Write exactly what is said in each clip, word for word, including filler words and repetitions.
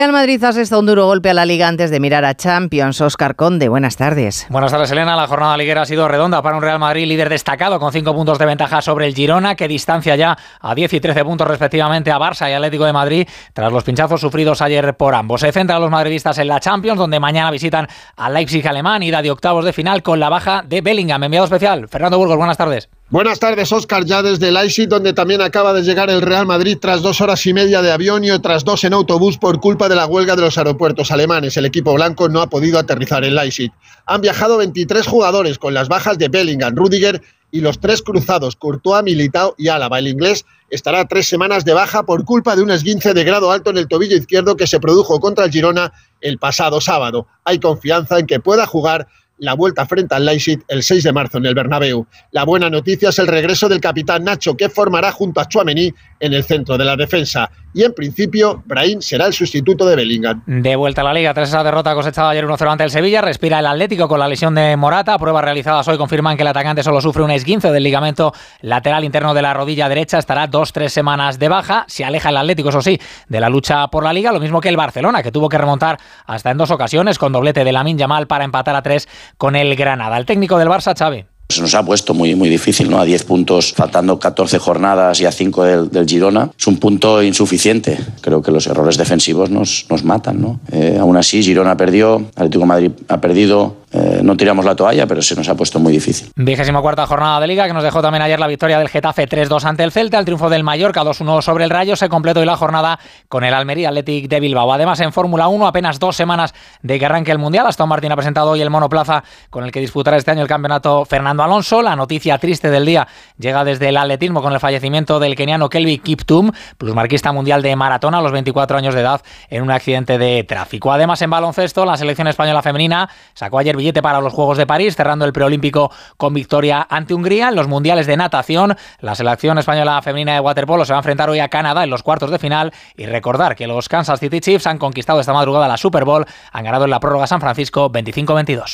Real Madrid asesta un duro golpe a la Liga antes de mirar a Champions. Óscar Conde, buenas tardes. Buenas tardes, Elena. La jornada liguera ha sido redonda para un Real Madrid líder destacado con cinco puntos de ventaja sobre el Girona, que distancia ya a diez y trece puntos respectivamente a Barça y Atlético de Madrid tras los pinchazos sufridos ayer por ambos. Se centran los madridistas en la Champions, donde mañana visitan al Leipzig alemán, ida de octavos de final con la baja de Bellingham. Enviado especial, Fernando Burgos, buenas tardes. Buenas tardes, Óscar, ya desde Leipzig, donde también acaba de llegar el Real Madrid tras dos horas y media de avión y otras dos en autobús por culpa de la huelga de los aeropuertos alemanes. El equipo blanco no ha podido aterrizar en Leipzig. Han viajado veintitrés jugadores con las bajas de Bellingham, Rüdiger y los tres cruzados, Courtois, Militao y Álava. El inglés estará tres semanas de baja por culpa de un esguince de grado alto en el tobillo izquierdo que se produjo contra el Girona el pasado sábado. Hay confianza en que pueda jugar la vuelta frente al Leipzig el seis de marzo en el Bernabéu. La buena noticia es el regreso del capitán Nacho, que formará junto a Tchouaméni en el centro de la defensa. Y en principio, Brahim será el sustituto de Bellingham. De vuelta a la Liga, tras esa derrota cosechada ayer uno cero ante el Sevilla, respira el Atlético con la lesión de Morata. Pruebas realizadas hoy confirman que el atacante solo sufre un esguince del ligamento lateral interno de la rodilla derecha. Estará dos tres semanas de baja. Se aleja el Atlético, eso sí, de la lucha por la Liga, lo mismo que el Barcelona, que tuvo que remontar hasta en dos ocasiones con doblete de Lamine Yamal para empatar a tres con el Granada. El técnico del Barça, Xavi. Se nos ha puesto muy, muy difícil, ¿no? A diez puntos, faltando catorce jornadas y a cinco del, del Girona. Es un punto insuficiente. Creo que los errores defensivos nos, nos matan, ¿no? Eh, aún así, Girona perdió, Atlético de Madrid ha perdido. Eh, no tiramos la toalla, pero se nos ha puesto muy difícil. Vigésima cuarta jornada de Liga, que nos dejó también ayer la victoria del Getafe tres dos ante el Celta, el triunfo del Mallorca dos uno sobre el Rayo. Se completó hoy la jornada con el Almería Athletic de Bilbao. Además, en Fórmula uno, apenas dos semanas de que arranque el Mundial. Aston Martin ha presentado hoy el monoplaza con el que disputará este año el campeonato Fernando Alonso. La noticia triste del día llega desde el atletismo con el fallecimiento del keniano Kelvin Kiptum, plusmarquista mundial de maratón a los veinticuatro años de edad en un accidente de tráfico. Además, en baloncesto, la selección española femenina sacó ayer billete para los Juegos de París, cerrando el preolímpico con victoria ante Hungría. En los mundiales de natación, la selección española femenina de waterpolo se va a enfrentar hoy a Canadá en los cuartos de final. Y recordar que los Kansas City Chiefs han conquistado esta madrugada la Super Bowl, han ganado en la prórroga San Francisco veinticinco a veintidós.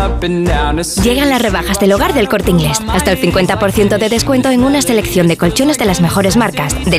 Llegan las rebajas del Hogar del Corte Inglés. Hasta el cincuenta por ciento de descuento en una selección de colchones de las mejores marcas, del